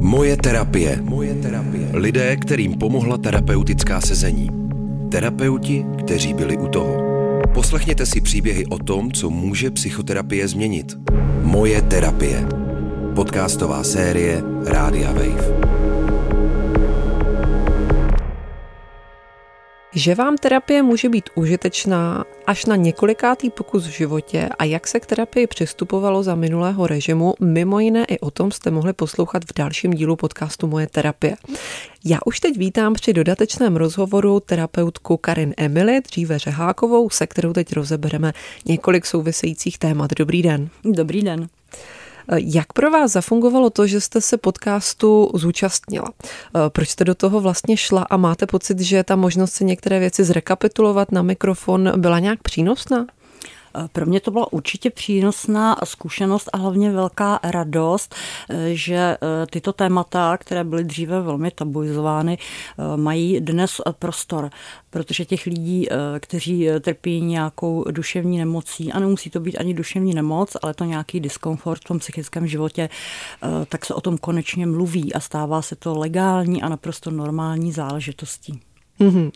Moje terapie. Lidé, kterým pomohla terapeutická sezení. Terapeuti, kteří byli u toho. Poslechněte si příběhy o tom, co může psychoterapie změnit. Moje terapie. Podcastová série Rádia Wave. Že vám terapie může být užitečná až na několikátý pokus v životě a jak se k terapii přistupovalo za minulého režimu, mimo jiné i o tom jste mohli poslouchat v dalším dílu podcastu Moje terapie. Já už teď vítám při dodatečném rozhovoru terapeutku Karin Emily, dříve Řehákovou, se kterou teď rozebereme několik souvisejících témat. Dobrý den. Dobrý den. Jak pro vás zafungovalo to, že jste se podcastu zúčastnila? Proč jste do toho vlastně šla a máte pocit, že ta možnost si některé věci zrekapitulovat na mikrofon byla nějak přínosná? Pro mě to byla určitě přínosná zkušenost a hlavně velká radost, že tyto témata, které byly dříve velmi tabuizovány, mají dnes prostor, protože těch lidí, kteří trpí nějakou duševní nemocí, a nemusí to být ani duševní nemoc, ale to nějaký diskomfort v tom psychickém životě, tak se o tom konečně mluví a stává se to legální a naprosto normální záležitostí. Mm-hmm.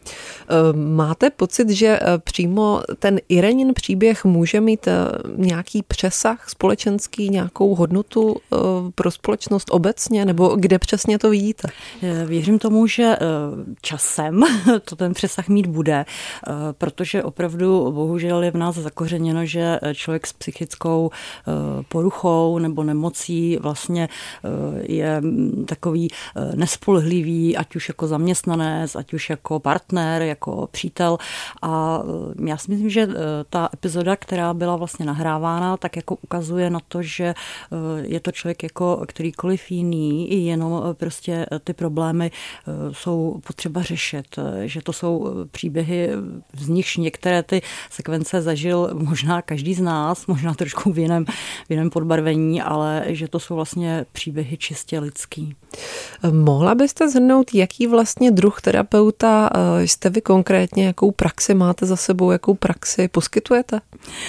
Máte pocit, že přímo ten Irenin příběh může mít nějaký přesah společenský, nějakou hodnotu pro společnost obecně, nebo kde přesně to vidíte? Věřím tomu, že časem to ten přesah mít bude, protože opravdu bohužel je v nás zakořeněno, že člověk s psychickou poruchou nebo nemocí vlastně je takový nespolehlivý, ať už jako zaměstnanec, ať už jako partner, jako přítel, a já si myslím, že ta epizoda, která byla vlastně nahrávána, tak jako ukazuje na to, že je to člověk jako kterýkoliv jiný, jenom prostě ty problémy jsou potřeba řešit, že to jsou příběhy, z nichž některé ty sekvence zažil možná každý z nás, možná trošku v jiném podbarvení, ale že to jsou vlastně příběhy čistě lidský. Mohla byste shrnout, jaký vlastně druh terapeuta jste vy konkrétně, jakou praxi máte za sebou, jakou praxi poskytujete?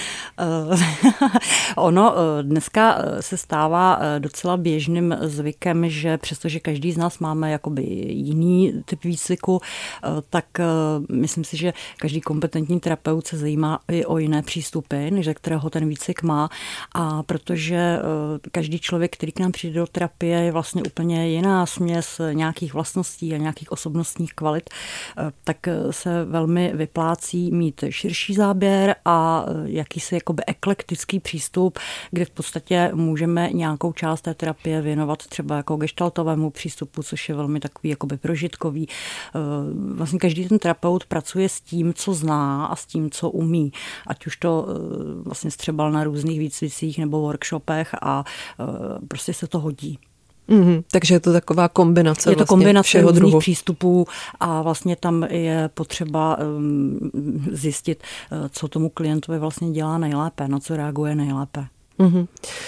Ono dneska se stává docela běžným zvykem, že přestože každý z nás máme jakoby jiný typ výcviku, tak myslím si, že každý kompetentní terapeut se zajímá i o jiné přístupy, než ze kterého ten výcvik má, a protože každý člověk, který k nám přijde do terapie, je vlastně úplně jiná směs nějakých vlastností a nějakých osobnostních kvalit, tak se velmi vyplácí mít širší záběr a jakýsi jakoby eklektický přístup, kde v podstatě můžeme nějakou část té terapie věnovat třeba jako gestaltovému přístupu, což je velmi takový jakoby prožitkový. Vlastně každý ten terapeut pracuje s tím, co zná a s tím, co umí. Ať už to vlastně střebal na různých výcvicích nebo workshopech a prostě se to hodí. Mm-hmm. Takže je to taková kombinace. Je to vlastně kombinace všeho různých druhu přístupů a vlastně tam je potřeba zjistit, co tomu klientovi vlastně dělá nejlépe, na co reaguje nejlépe. Mm-hmm.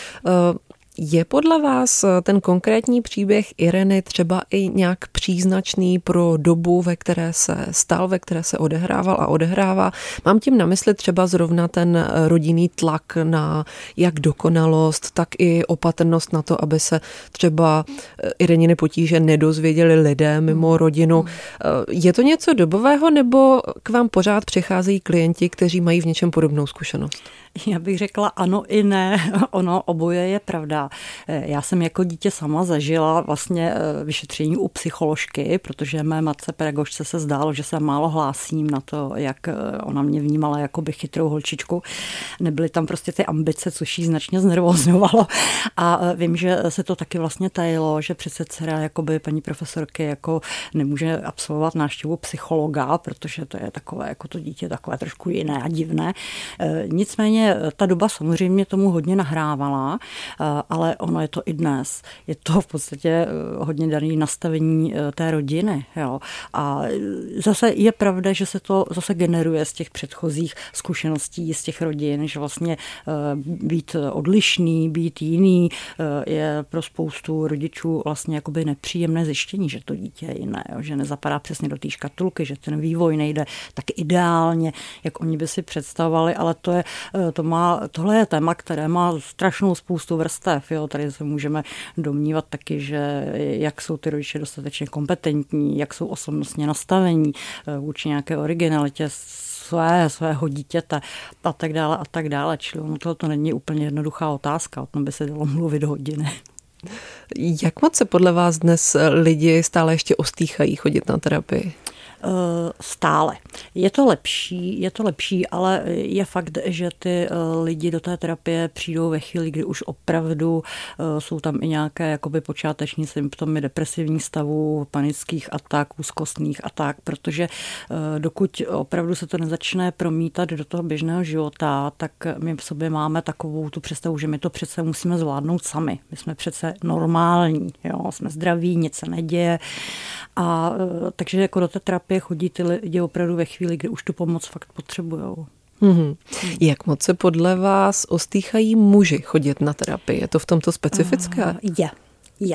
Je podle vás ten konkrétní příběh Ireny třeba i nějak příznačný pro dobu, ve které se stal, ve které se odehrával a odehrává? Mám tím na mysli třeba zrovna ten rodinný tlak na jak dokonalost, tak i opatrnost na to, aby se třeba Ireniny potíže nedozvěděli lidé mimo rodinu. Je to něco dobového, nebo k vám pořád přicházejí klienti, kteří mají v něčem podobnou zkušenost? Já bych řekla ano i ne. Ono oboje je pravda. Já jsem jako dítě sama zažila vlastně vyšetření u psycholožky, protože mé matce pedagožce se zdálo, že se málo hlásím na to, jak ona mě vnímala jako by chytrou holčičku. Nebyly tam prostě ty ambice, což jí značně znervózňovalo. A vím, že se to taky vlastně tajilo, že přece dcera jakoby paní profesorky jako nemůže absolvovat návštěvu psychologa, protože to je takové, jako to dítě takové trošku jiné a divné. Nicméně ta doba samozřejmě tomu hodně nahrávala, ale ono je to i dnes. Je to v podstatě hodně daný nastavení té rodiny. Jo. A zase je pravda, že se to zase generuje z těch předchozích zkušeností, z těch rodin, že vlastně být odlišný, být jiný je pro spoustu rodičů vlastně jakoby nepříjemné zjištění, že to dítě je jiné, jo, že nezapadá přesně do té škatulky, že ten vývoj nejde tak ideálně, jak oni by si představovali, ale to je tohle je téma, které má strašnou spoustu vrstev. Jo. Tady se můžeme domnívat taky, že jak jsou ty rodiče dostatečně kompetentní, jak jsou osobnostně nastavení vůči nějaké originalitě svého dítěte a tak dále. Čili to není úplně jednoduchá otázka, o tom by se dalo mluvit hodiny. Jak moc se podle vás dnes lidi stále ještě ostýchají chodit na terapii? Stále. Je to lepší, ale je fakt, že ty lidi do té terapie přijdou ve chvíli, kdy už opravdu jsou tam i nějaké jakoby počáteční symptomy depresivních stavů, panických atak, úzkostných atak, protože dokud opravdu se to nezačne promítat do toho běžného života, tak my v sobě máme takovou tu představu, že my to přece musíme zvládnout sami. My jsme přece normální, jo? Jsme zdraví, nic se neděje. A takže jako do té terapie chodí ty lidi opravdu ve chvíli, kdy už tu pomoc fakt potřebujou. Jak moc se podle vás ostýchají muži chodit na terapii? Je to v tomto specifické? Je.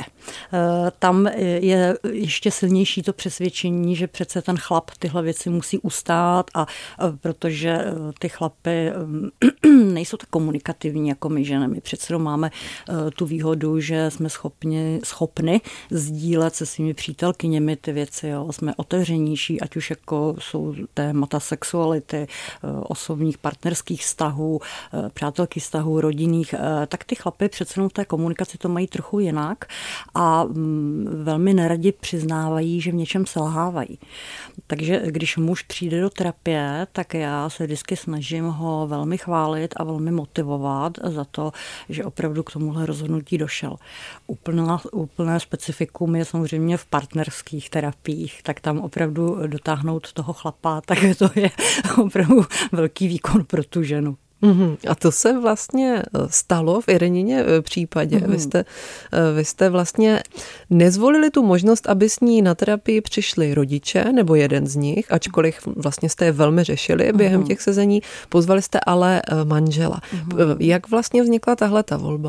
Tam je ještě silnější to přesvědčení, že přece ten chlap tyhle věci musí ustát a protože ty chlapy nejsou tak komunikativní jako my ženy. My přece máme tu výhodu, že jsme schopni sdílet se svými přítelkyněmi ty věci. Jo. Jsme otevřenější, ať už jako jsou témata sexuality, osobních partnerských vztahů, přátelských vztahů, rodinných, tak ty chlapy přece v té komunikaci to mají trochu jinak. A velmi neradi přiznávají, že v něčem selhávají. Takže když muž přijde do terapie, tak já se vždycky snažím ho velmi chválit a velmi motivovat za to, že opravdu k tomuhle rozhodnutí došel. Úplné specifikum je samozřejmě v partnerských terapiích, tak tam opravdu dotáhnout toho chlapa, tak to je opravdu velký výkon pro tu ženu. A to se vlastně stalo v Irenině případě. Vy jste vlastně nezvolili tu možnost, aby s ní na terapii přišli rodiče, nebo jeden z nich, ačkoliv vlastně jste je velmi řešili během těch sezení, pozvali jste ale manžela. Jak vlastně vznikla tahle ta volba?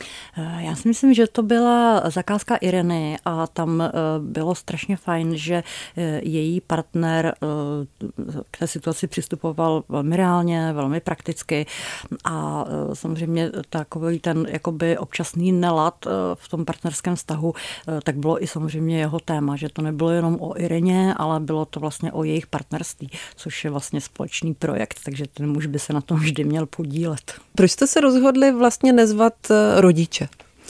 Já si myslím, že to byla zakázka Ireny a tam bylo strašně fajn, že její partner k té situaci přistupoval velmi reálně, velmi prakticky a samozřejmě takový ten jakoby občasný nelad v tom partnerském vztahu, tak bylo i samozřejmě jeho téma, že to nebylo jenom o Ireně, ale bylo to vlastně o jejich partnerství, což je vlastně společný projekt, takže ten muž by se na tom vždy měl podílet. Proč jste se rozhodli vlastně nezvat rodiče?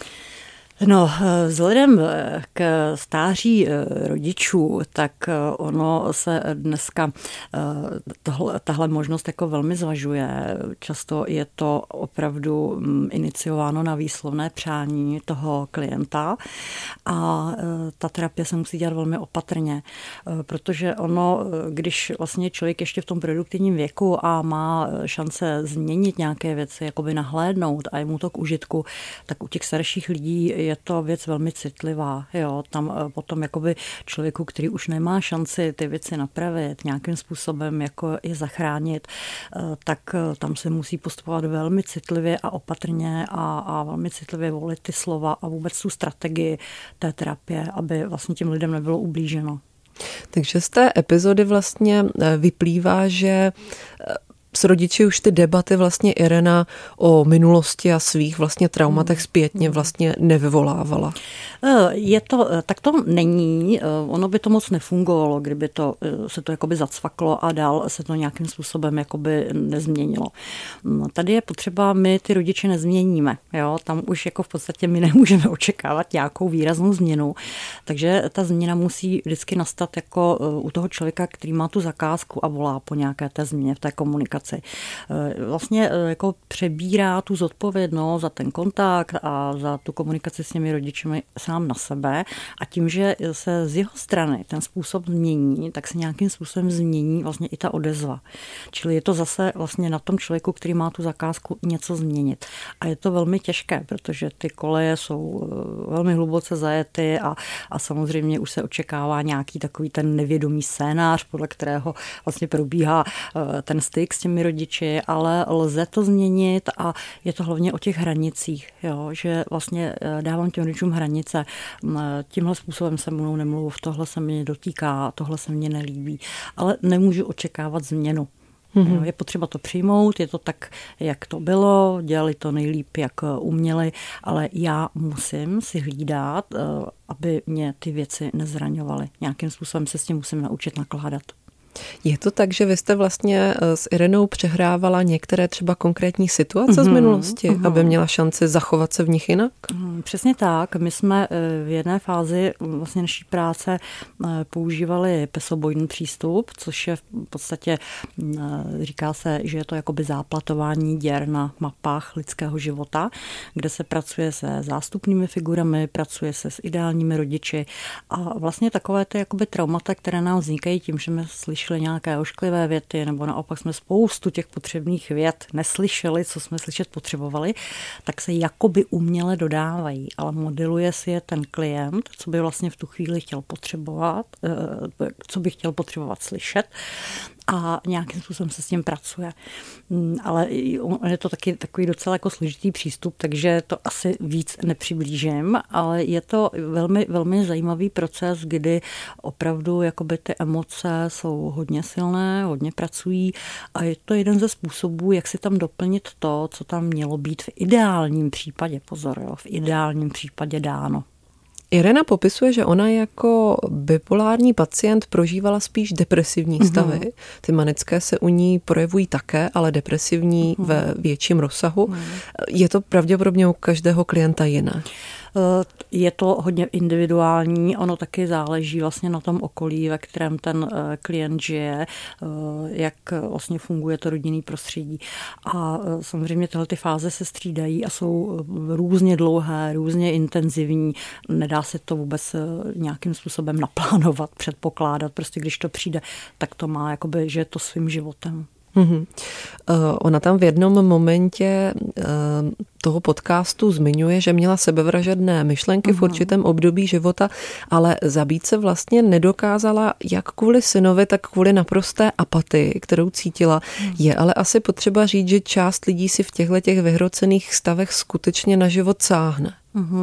No, vzhledem k stáří rodičů, tak ono se dneska tahle možnost jako velmi zvažuje. Často je to opravdu iniciováno na výslovné přání toho klienta a ta terapie se musí dělat velmi opatrně, protože ono, když vlastně člověk ještě v tom produktivním věku a má šance změnit nějaké věci, jakoby nahlédnout a je mu to k užitku, tak u těch starších lidí je to věc velmi citlivá. Jo. Tam potom jakoby člověku, který už nemá šanci ty věci napravit, nějakým způsobem jako je zachránit, tak tam se musí postupovat velmi citlivě a opatrně a velmi citlivě volit ty slova a vůbec tu strategii té terapie, aby vlastně těm lidem nebylo ublíženo. Takže z té epizody vlastně vyplývá, že s rodiči už ty debaty vlastně Irena o minulosti a svých vlastně traumatech zpětně vlastně nevyvolávala. Tak to není. Ono by to moc nefungovalo, kdyby se to jakoby zacvaklo a dál se to nějakým způsobem jakoby nezměnilo. Tady je potřeba, my ty rodiče nezměníme. Jo? Tam už jako v podstatě my nemůžeme očekávat nějakou výraznou změnu. Takže ta změna musí vždycky nastat jako u toho člověka, který má tu zakázku a volá po nějaké té změně v té komunikaci. Vlastně jako přebírá tu zodpovědnost za ten kontakt a za tu komunikaci s těmi rodiči sám na sebe a tím, že se z jeho strany ten způsob změní, tak se nějakým způsobem změní vlastně i ta odezva. Čili je to zase vlastně na tom člověku, který má tu zakázku něco změnit. A je to velmi těžké, protože ty koleje jsou velmi hluboce zajety a samozřejmě už se očekává nějaký takový ten nevědomý scénář, podle kterého vlastně probíhá ten styk s těmi rodiči, ale lze to změnit a je to hlavně o těch hranicích, jo? Že vlastně dávám těm rodičům hranice. Tímhle způsobem se mnou nemluvu, tohle se mě dotýká, tohle se mně nelíbí, ale nemůžu očekávat změnu. Je potřeba to přijmout, je to tak, jak to bylo, dělali to nejlíp, jak uměli, ale já musím si hlídat, aby mě ty věci nezraňovaly. Nějakým způsobem se s tím musím naučit nakládat. Je to tak, že vy jste vlastně s Irenou přehrávala některé třeba konkrétní situace z minulosti, aby měla šanci zachovat se v nich jinak? Přesně tak. My jsme v jedné fázi vlastně naší práce používali pesobojný přístup, což je v podstatě, říká se, že je to jakoby záplatování děr na mapách lidského života, kde se pracuje se zástupnými figurami, pracuje se s ideálními rodiči a vlastně takové ty jakoby traumata, které nám vznikají tím, že jsme slyšeli nějaké ošklivé věty, nebo naopak jsme spoustu těch potřebných vět neslyšeli, co jsme slyšet potřebovali, tak se jakoby uměle dodávají, ale modeluje si je ten klient, co by vlastně v tu chvíli chtěl potřebovat, co by chtěl potřebovat slyšet a nějakým způsobem se s tím pracuje. Ale je to taky takový docela jako složitý přístup, takže to asi víc nepřiblížím, ale je to velmi, velmi zajímavý proces, kdy opravdu jakoby ty emoce jsou hodně silné, hodně pracují a je to jeden ze způsobů, jak si tam doplnit to, co tam mělo být v ideálním případě, pozor, jo, v ideálním případě dáno. Irena popisuje, že ona jako bipolární pacient prožívala spíš depresivní stavy. Ty manické se u ní projevují také, ale depresivní ve větším rozsahu. Je to pravděpodobně u každého klienta jiné? Je to hodně individuální, ono taky záleží vlastně na tom okolí, ve kterém ten klient žije, jak vlastně funguje to rodinné prostředí. A samozřejmě tyhle ty fáze se střídají a jsou různě dlouhé, různě intenzivní. Nedá se to vůbec nějakým způsobem naplánovat, předpokládat. Prostě když to přijde, tak to má jakoby, že je to svým životem. Ona tam v jednom momentě toho podcastu zmiňuje, že měla sebevražedné myšlenky v určitém období života, ale zabít se vlastně nedokázala jak kvůli synovi, tak kvůli naprosté apatii, kterou cítila. Je ale asi potřeba říct, že část lidí si v těchto vyhrocených stavech skutečně na život sáhne.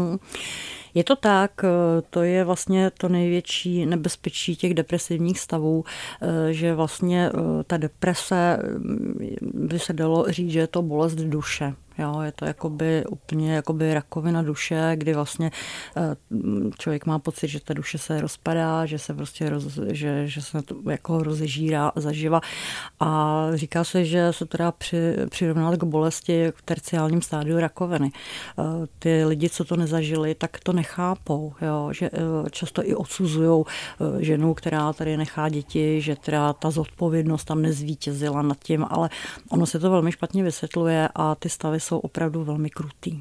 Je to tak, to je vlastně to největší nebezpečí těch depresivních stavů, že vlastně ta deprese, by se dalo říct, že je to bolest duše. Jo, je to jakoby úplně jakoby rakovina duše, kdy vlastně člověk má pocit, že ta duše se rozpadá, že se prostě že se to jako rozežírá zaživa. A říká se, že se to dá přirovnat k bolesti v terciálním stádiu rakoviny. Ty lidi, co to nezažili, tak to nechápou, jo, že často i odsuzují ženu, která tady nechá děti, že teda ta zodpovědnost tam nezvítězila nad tím, ale ono se to velmi špatně vysvětluje a ty stavy jsou opravdu velmi krutý.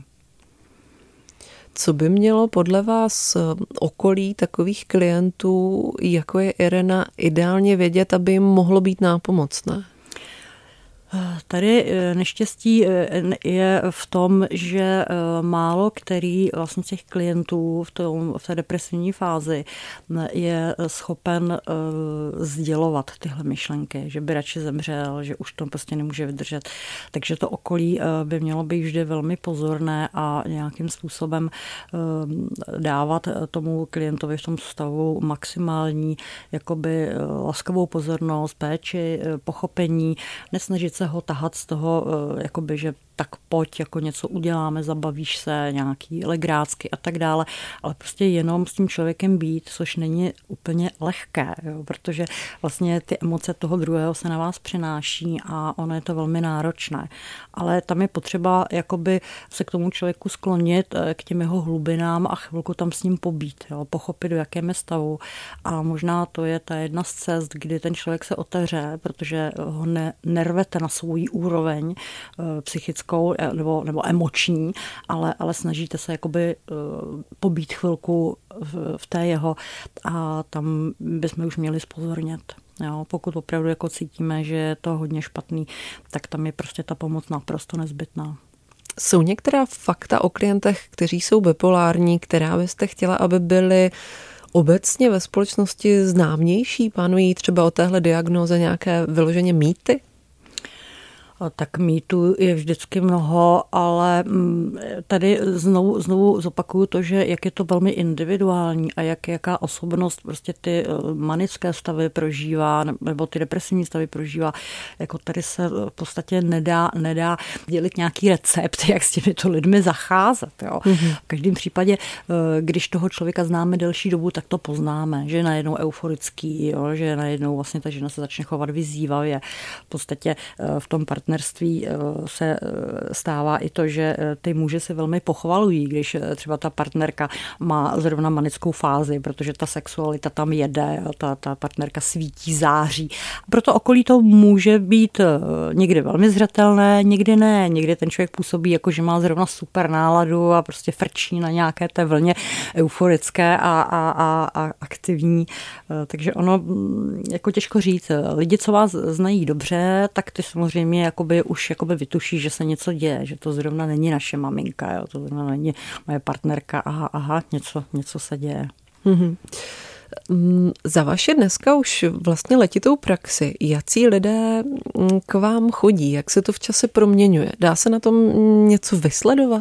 Co by mělo podle vás okolí takových klientů, jako je Irena, ideálně vědět, aby jim mohlo být nápomocné? Tady neštěstí je v tom, že málo který vlastně těch klientů v té depresivní fázi je schopen sdělovat tyhle myšlenky, že by radši zemřel, že už to prostě nemůže vydržet. Takže to okolí by mělo být vždy velmi pozorné a nějakým způsobem dávat tomu klientovi v tom stavu maximální jakoby laskavou pozornost, péči, pochopení, nesnažit se ho tahat z toho, jakoby, že tak pojď, jako něco uděláme, zabavíš se, nějaký legrácky a tak dále, ale prostě jenom s tím člověkem být, což není úplně lehké, jo, protože vlastně ty emoce toho druhého se na vás přináší a ono je to velmi náročné. Ale tam je potřeba jakoby se k tomu člověku sklonit, k těm jeho hlubinám a chvilku tam s ním pobít, jo, pochopit, do jakém je stavu. A možná to je ta jedna z cest, kdy ten člověk se otevře, protože ho nervete na svůj úroveň psychickou nebo emoční, ale snažíte se jakoby pobít chvilku v té jeho a tam bychom už měli zpozornět. Jo, pokud opravdu jako cítíme, že je to hodně špatný, tak tam je prostě ta pomoc naprosto nezbytná. Jsou některá fakta o klientech, kteří jsou bipolární, která byste chtěla, aby byly obecně ve společnosti známější? Panují třeba o téhle diagnóze nějaké vyloženě mýty? Tak mýtů je vždycky mnoho, ale tady znovu zopakuju to, že jak je to velmi individuální a jaká osobnost prostě ty manické stavy prožívá nebo ty depresivní stavy prožívá, jako tady se v podstatě nedá dělit nějaký recept, jak s těmito lidmi zacházet. Jo. V každém případě, když toho člověka známe delší dobu, tak to poznáme, že je najednou euforický, jo, že je najednou vlastně ta žena se začne chovat vyzývavě. V podstatě v tom partnerství se stává i to, že ty muži si velmi pochvalují, když třeba ta partnerka má zrovna manickou fázi, protože ta sexualita tam jede, ta partnerka svítí, září. Proto okolí to může být někdy velmi zřetelné, někdy ne. Někdy ten člověk působí jako, že má zrovna super náladu a prostě frčí na nějaké té vlně euforické a aktivní. Takže ono jako těžko říct. Lidi, co vás znají dobře, tak ty samozřejmě už vytuší, že se něco děje, že to zrovna není naše maminka, jo, to zrovna není moje partnerka, aha, něco se děje. Mm-hmm. Za vaše dneska už vlastně letitou praxi, jací lidé k vám chodí, jak se to v čase proměňuje? Dá se na tom něco vysledovat?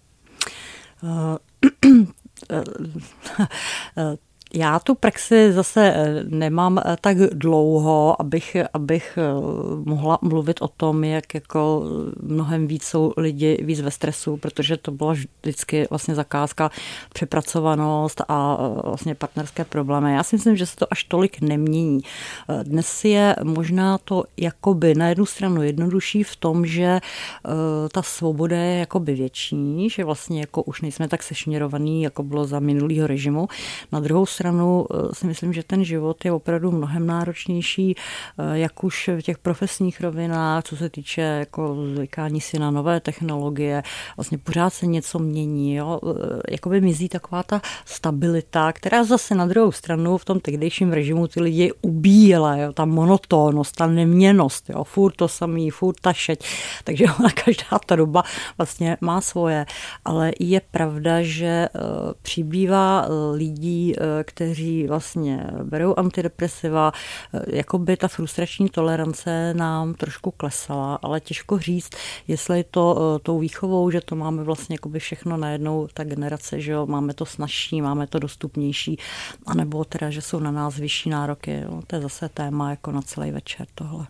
Já tu praxi zase nemám tak dlouho, abych mohla mluvit o tom, jak jako mnohem víc jsou lidi víc ve stresu, protože to byla vždycky vlastně zakázka, přepracovanost a vlastně partnerské problémy. Já si myslím, že se to až tolik nemění. Dnes je možná to jakoby na jednu stranu jednodušší v tom, že ta svoboda je jakoby větší, že vlastně jako už nejsme tak sešněrovaný, jako bylo za minulýho režimu. Na druhou stranu si myslím, že ten život je opravdu mnohem náročnější, jak už v těch profesních rovinách, co se týče jako zvykání si na nové technologie, vlastně pořád se něco mění, jo? Jakoby mizí taková ta stabilita, která zase na druhou stranu v tom tehdejším režimu ty lidi ubíjela, jo? Ta monotónnost, ta neměnnost, jo? Furt to samý, furt ta šeť, takže ona každá ta doba vlastně má svoje, ale je pravda, že přibývá lidí, kteří vlastně berou antidepresiva, jakoby ta frustrační tolerance nám trošku klesala, ale těžko říct, jestli to tou výchovou, že to máme vlastně jakoby všechno najednou, ta generace, že jo, máme to snazší, máme to dostupnější, anebo teda, že jsou na nás vyšší nároky, jo, to je zase téma jako na celý večer tohle.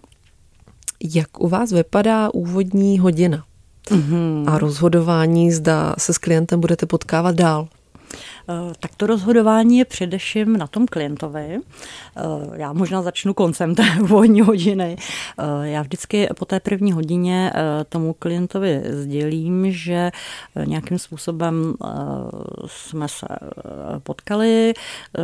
Jak u vás vypadá úvodní hodina a rozhodování, zda se s klientem budete potkávat dál? Tak to rozhodování je především na tom klientovi. Já možná začnu koncem té úvodní hodiny. Já vždycky po té první hodině tomu klientovi sdělím, že nějakým způsobem jsme se potkali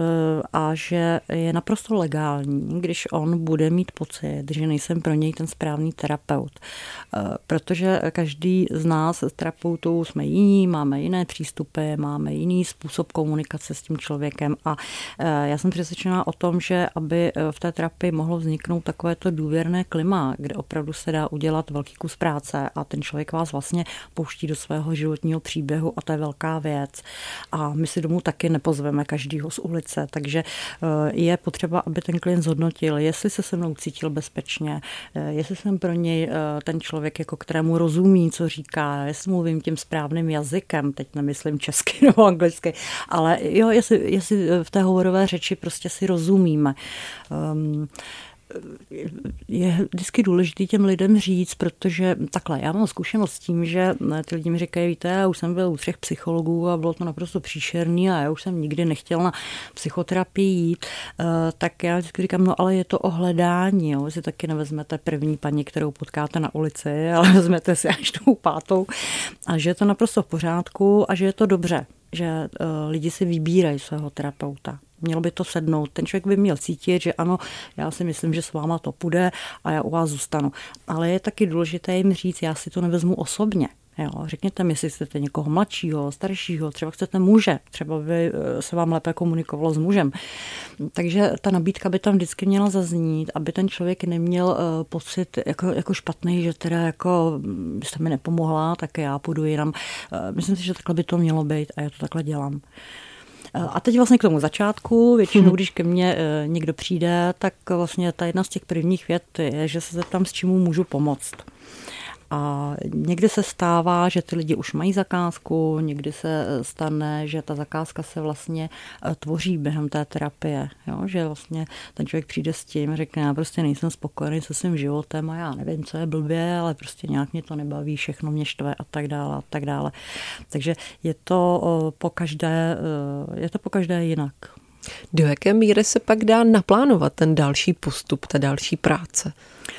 a že je naprosto legální, když on bude mít pocit, že nejsem pro něj ten správný terapeut. Protože každý z nás, terapeutů, jsme jiní, máme jiné přístupy, máme jiný způsob komunikace s tím člověkem a já jsem přesvědčená o tom, že aby v té terapii mohlo vzniknout takovéto důvěrné klima, kde opravdu se dá udělat velký kus práce a ten člověk vás vlastně pouští do svého životního příběhu a to je velká věc. A my si domů taky nepozveme každýho z ulice, takže je potřeba, aby ten klient zhodnotil, jestli se mnou cítil bezpečně, jestli jsem pro něj ten člověk, jako kterému rozumí, co říká, jestli mluvím tím správným jazykem, teď nemyslím česky nebo anglicky, ale jo, jestli v té hovorové řeči prostě si rozumíme. Je vždycky důležité těm lidem říct, protože takhle, já mám zkušenost s tím, že ty lidi mi říkají, víte, já už jsem byl u 3 psychologů a bylo to naprosto příšerný a já už jsem nikdy nechtěl na psychoterapii jít, tak já vždycky říkám, no ale je to o hledání, jo, si taky nevezmete první paní, kterou potkáte na ulici, ale vezmete si až tou 5. a že je to naprosto v pořádku a že je to dobře, že lidi si vybírají svého terapeuta. Mělo by to sednout. Ten člověk by měl cítit, že ano, já si myslím, že s váma to půjde a já u vás zůstanu. Ale je taky důležité jim říct, já si to nevezmu osobně. Jo, řekněte mi, jestli chcete někoho mladšího, staršího, třeba chcete muže, třeba by se vám lépe komunikovalo s mužem. Takže ta nabídka by tam vždycky měla zaznít, aby ten člověk neměl pocit jako špatný, že teda jako byste mi nepomohla, tak já půjdu jinam. Myslím si, že takhle by to mělo být a já to takhle dělám. A teď vlastně k tomu začátku, většinou, když ke mně někdo přijde, tak vlastně ta jedna z těch prvních vět je, že se zeptám, s čím můžu pomoct. A někdy se stává, že ty lidi už mají zakázku, někdy se stane, že ta zakázka se vlastně tvoří během té terapie. Jo? Že vlastně ten člověk přijde s tím, řekne, já prostě nejsem spokojený se svým životem a já nevím, co je blbě, ale prostě nějak mě to nebaví, všechno mě štve a tak dále a tak dále. Takže je to po každé jinak. Do jaké míry se pak dá naplánovat ten další postup, ta další práce?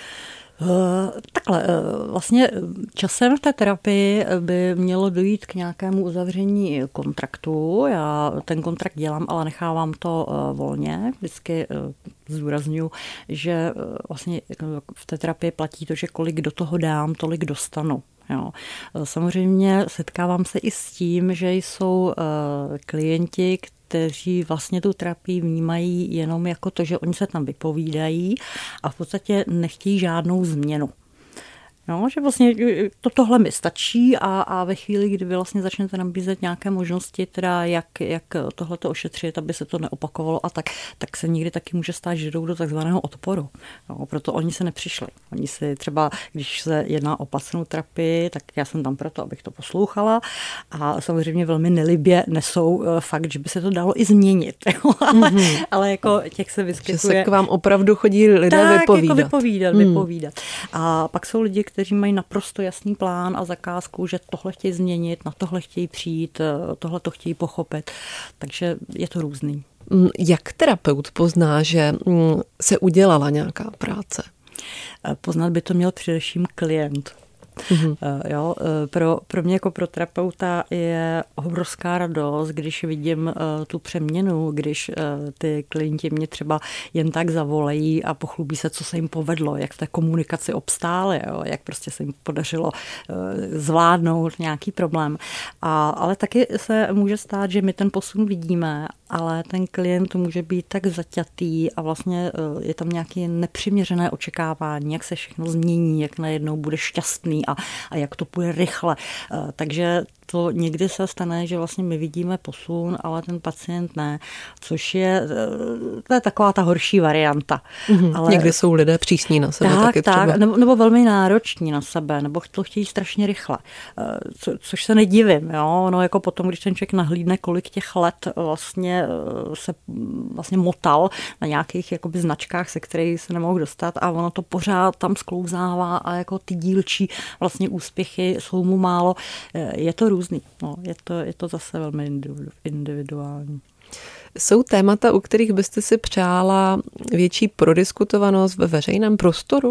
Takhle, vlastně časem v té terapii by mělo dojít k nějakému uzavření kontraktu. Já ten kontrakt dělám, ale nechávám to volně. Vždycky zdůrazňuji, že vlastně v té terapii platí to, že kolik do toho dám, tolik dostanu. Jo. Samozřejmě setkávám se i s tím, že jsou klienti, kteří vlastně tu terapii vnímají jenom jako to, že oni se tam vypovídají a v podstatě nechtějí žádnou změnu. No, že vlastně tohle mi stačí a ve chvíli, kdy vy vlastně začnete nabízet nějaké možnosti, teda jak tohleto ošetřit, aby se to neopakovalo a tak se někdy taky může stát, že jdou do takzvaného odporu. No, proto oni se nepřišli. Oni si třeba, když se jedná o placenou terapii, tak já jsem tam proto, abych to poslouchala a samozřejmě velmi nelibě nesou fakt, že by se to dalo i změnit. Ale jako těch se vyskytuje. Že se k vám opravdu chodí lidé vypovídat. Jako vypovídat. A pak jsou lidi, kteří mají naprosto jasný plán a zakázku, že tohle chtějí změnit, na tohle chtějí přijít, tohle to chtějí pochopit. Takže je to různý. Jak terapeut pozná, že se udělala nějaká práce? Poznat by to měl především klient. Jo, pro mě jako pro terapeuta je obrovská radost, když vidím tu přeměnu, když ty klienti mě třeba jen tak zavolají a pochlubí se, co se jim povedlo, jak v té komunikaci obstáli, jo, jak prostě se jim podařilo zvládnout nějaký problém. Ale taky se může stát, že my ten posun vidíme, ale ten klient může být tak zaťatý a vlastně je tam nějaké nepřiměřené očekávání, jak se všechno změní, jak najednou bude šťastný a jak to půjde rychle. Takže to někdy se stane, že vlastně my vidíme posun, ale ten pacient ne, což je taková ta horší varianta. Ale někdy jsou lidé přísní na sebe taky třeba. Nebo velmi nároční na sebe, nebo to chtějí strašně rychle, což se nedivím. Jo? No, jako potom, když ten člověk nahlídne, kolik těch let vlastně se vlastně motal na nějakých jakoby značkách, se kterých se nemohl dostat a ono to pořád tam sklouzává a jako ty dílčí vlastně úspěchy jsou mu málo. Je to různý. No, je to zase velmi individuální. Jsou témata, u kterých byste si přála větší prodiskutovanost ve veřejném prostoru?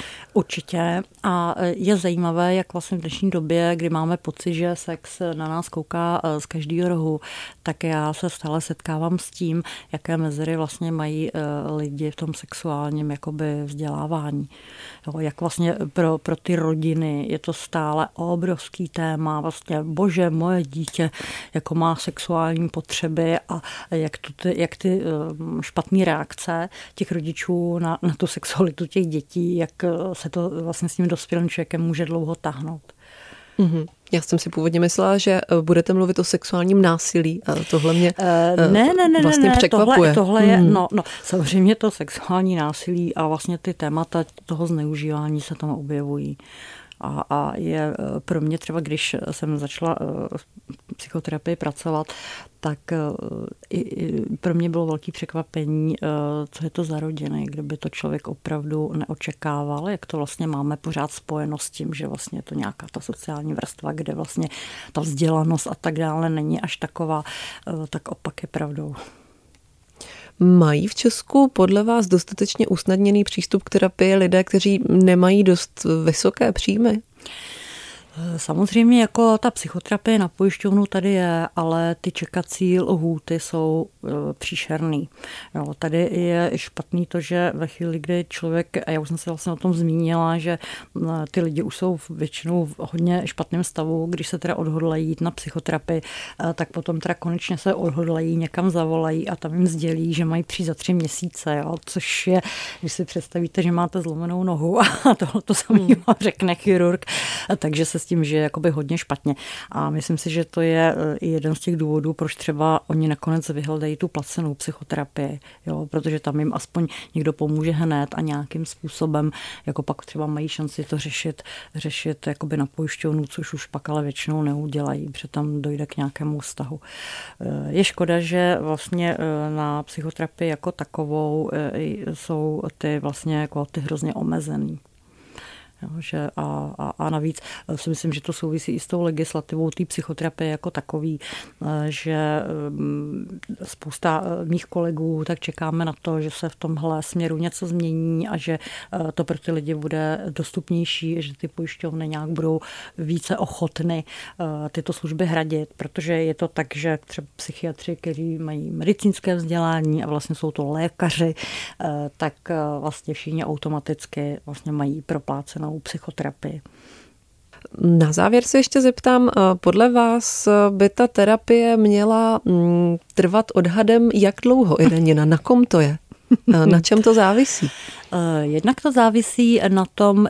Určitě a je zajímavé, jak vlastně v dnešní době, kdy máme pocit, že sex na nás kouká z každého rohu, tak já se stále setkávám s tím, jaké mezery vlastně mají lidi v tom sexuálním jakoby vzdělávání. Jo, jak vlastně pro ty rodiny je to stále obrovský téma, vlastně bože, moje dítě jako má sexuální potřeby a jak ty špatné reakce těch rodičů na tu sexualitu těch dětí, jak se to vlastně s tím dospělým člověkem může dlouho táhnout. Já jsem si původně myslela, že budete mluvit o sexuálním násilí a tohle mě vlastně překvapuje. Tohle je, no, samozřejmě to sexuální násilí a vlastně ty témata toho zneužívání se tam objevují. A je pro mě třeba, když jsem začala v psychoterapii pracovat, tak i pro mě bylo velké překvapení, co je to za rodiny, kde by to člověk opravdu neočekával, jak to vlastně máme pořád spojeno s tím, že vlastně je to nějaká ta sociální vrstva, kde vlastně ta vzdělanost a tak dále není až taková, tak opak je pravdou. Mají v Česku podle vás dostatečně usnadněný přístup k terapii lidé, kteří nemají dost vysoké příjmy? Samozřejmě jako ta psychoterapie na pojišťovnu tady je, ale ty čekací lhůty jsou příšerný. Jo, tady je špatný to, že ve chvíli, kdy člověk, a já už jsem se vlastně o tom zmínila, že ty lidi už jsou většinou v hodně špatném stavu, když se teda odhodlají jít na psychoterapii, tak potom teda konečně se odhodlají, někam zavolají a tam jim sdělí, že mají přijít za 3 měsíce, jo, což je, když si představíte, že máte zlomenou nohu a tohle to samý vám řekne chirurg, takže se s tím žije jakoby hodně špatně. A myslím si, že to je i jeden z těch důvodů, proč třeba oni nakonec vyhledají tu placenou psychoterapii, jo, protože tam jim aspoň někdo pomůže hned a nějakým způsobem, jako pak třeba mají šanci to řešit jakoby na pojišťovnu, což už pak ale většinou neudělají, protože tam dojde k nějakému vztahu. Je škoda, že vlastně na psychoterapii jako takovou jsou ty vlastně jako ty hrozně omezený. Jo, a navíc si myslím, že to souvisí i s tou legislativou té psychoterapie jako takový, že spousta mých kolegů tak čekáme na to, že se v tomhle směru něco změní a že to pro ty lidi bude dostupnější, že ty pojišťovny nějak budou více ochotny tyto služby hradit, protože je to tak, že třeba psychiatři, kteří mají medicínské vzdělání a vlastně jsou to lékaři, tak vlastně všichni automaticky vlastně mají proplácenou psychoterapii. Na závěr se ještě zeptám, podle vás by ta terapie měla trvat odhadem jak dlouho, Irenina? Na kom to je? Na čem to závisí? Jednak to závisí na tom,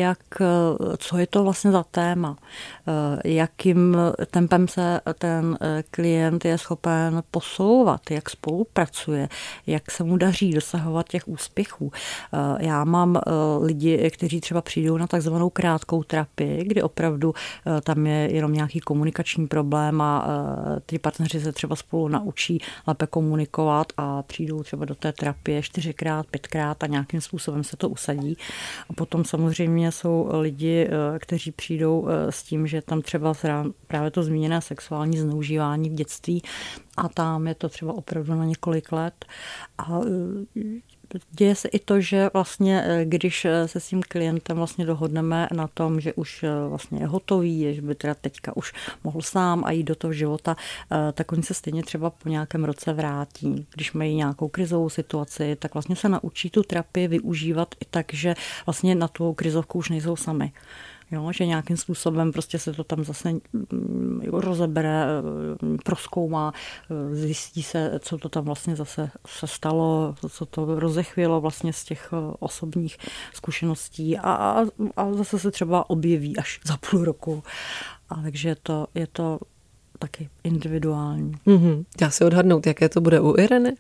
co je to vlastně za téma, jakým tempem se ten klient je schopen posouvat, jak spolupracuje, jak se mu daří dosahovat těch úspěchů. Já mám lidi, kteří třeba přijdou na takzvanou krátkou terapii, kdy opravdu tam je jenom nějaký komunikační problém a ty partneři se třeba spolu naučí lépe komunikovat a přijdou třeba do té terapie 4x, 5x a nějakým způsobem se to usadí. A potom samozřejmě jsou lidi, kteří přijdou s tím, že tam třeba právě to zmíněné sexuální zneužívání v dětství a tam je to třeba opravdu na několik let. A děje se i to, že vlastně, když se s tím klientem vlastně dohodneme na tom, že už vlastně je hotový, že by teda teďka už mohl sám a jít do toho života, tak oni se stejně třeba po nějakém roce vrátí. Když mají nějakou krizovou situaci, tak vlastně se naučí tu terapii využívat i tak, že vlastně na tu krizovku už nejsou sami. Jo, že nějakým způsobem prostě se to tam zase rozebere, prozkoumá, zjistí se, co to tam vlastně zase se stalo, co to rozechvělo vlastně z těch osobních zkušeností a zase se třeba objeví až za půl roku. A takže je to taky individuální. Dá se odhadnout, jaké to bude u Ireny?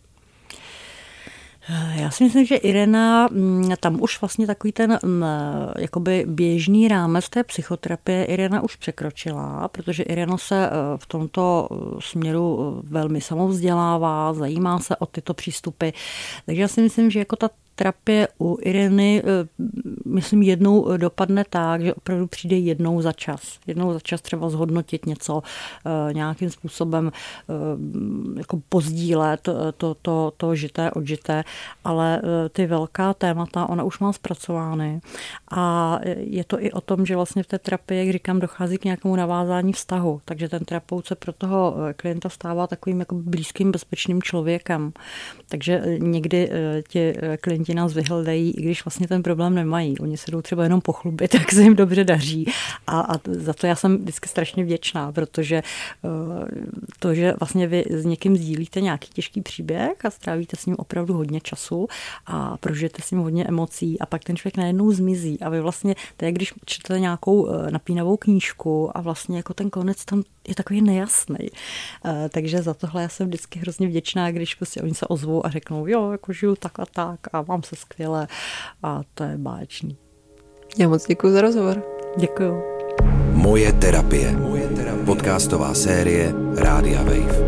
Já si myslím, že Irena, tam už vlastně takový ten jakoby běžný rámec té psychoterapie Irena už překročila, protože Irena se v tomto směru velmi samovzdělává, zajímá se o tyto přístupy. Takže já si myslím, že jako ta terapie u Ireny, myslím, jednou dopadne tak, že opravdu přijde jednou za čas. Jednou za čas třeba zhodnotit něco, nějakým způsobem jako pozdílet to žité, odžité, ale ty velká témata, ona už má zpracovány. A je to i o tom, že vlastně v té terapii, jak říkám, dochází k nějakému navázání vztahu. Takže ten terapeut se pro toho klienta stává takovým jako blízkým, bezpečným člověkem. Takže někdy ti klienti nás vyhledají, i když vlastně ten problém nemají. Oni se jdou třeba jenom pochlubit, jak se jim dobře daří. A za to já jsem vždycky strašně vděčná, protože to, že vlastně vy s někým sdílíte nějaký těžký příběh a strávíte s ním opravdu hodně času a prožijete s ním hodně emocí a pak ten člověk najednou zmizí a vy vlastně, to je, když čtete nějakou napínavou knížku a vlastně jako ten konec tam je takový nejasný. Takže za tohle já jsem vždycky hrozně vděčná, když prostě oni se ozvou a řeknou, jo, jako žiju tak a mám se skvěle a to je báječný. Já moc děkuji za rozhovor. Děkuju. Moje terapie. Podcastová série Rádia Wave.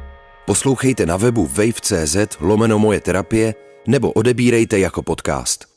Poslouchejte na webu wave.cz/moje terapie nebo odebírejte jako podcast.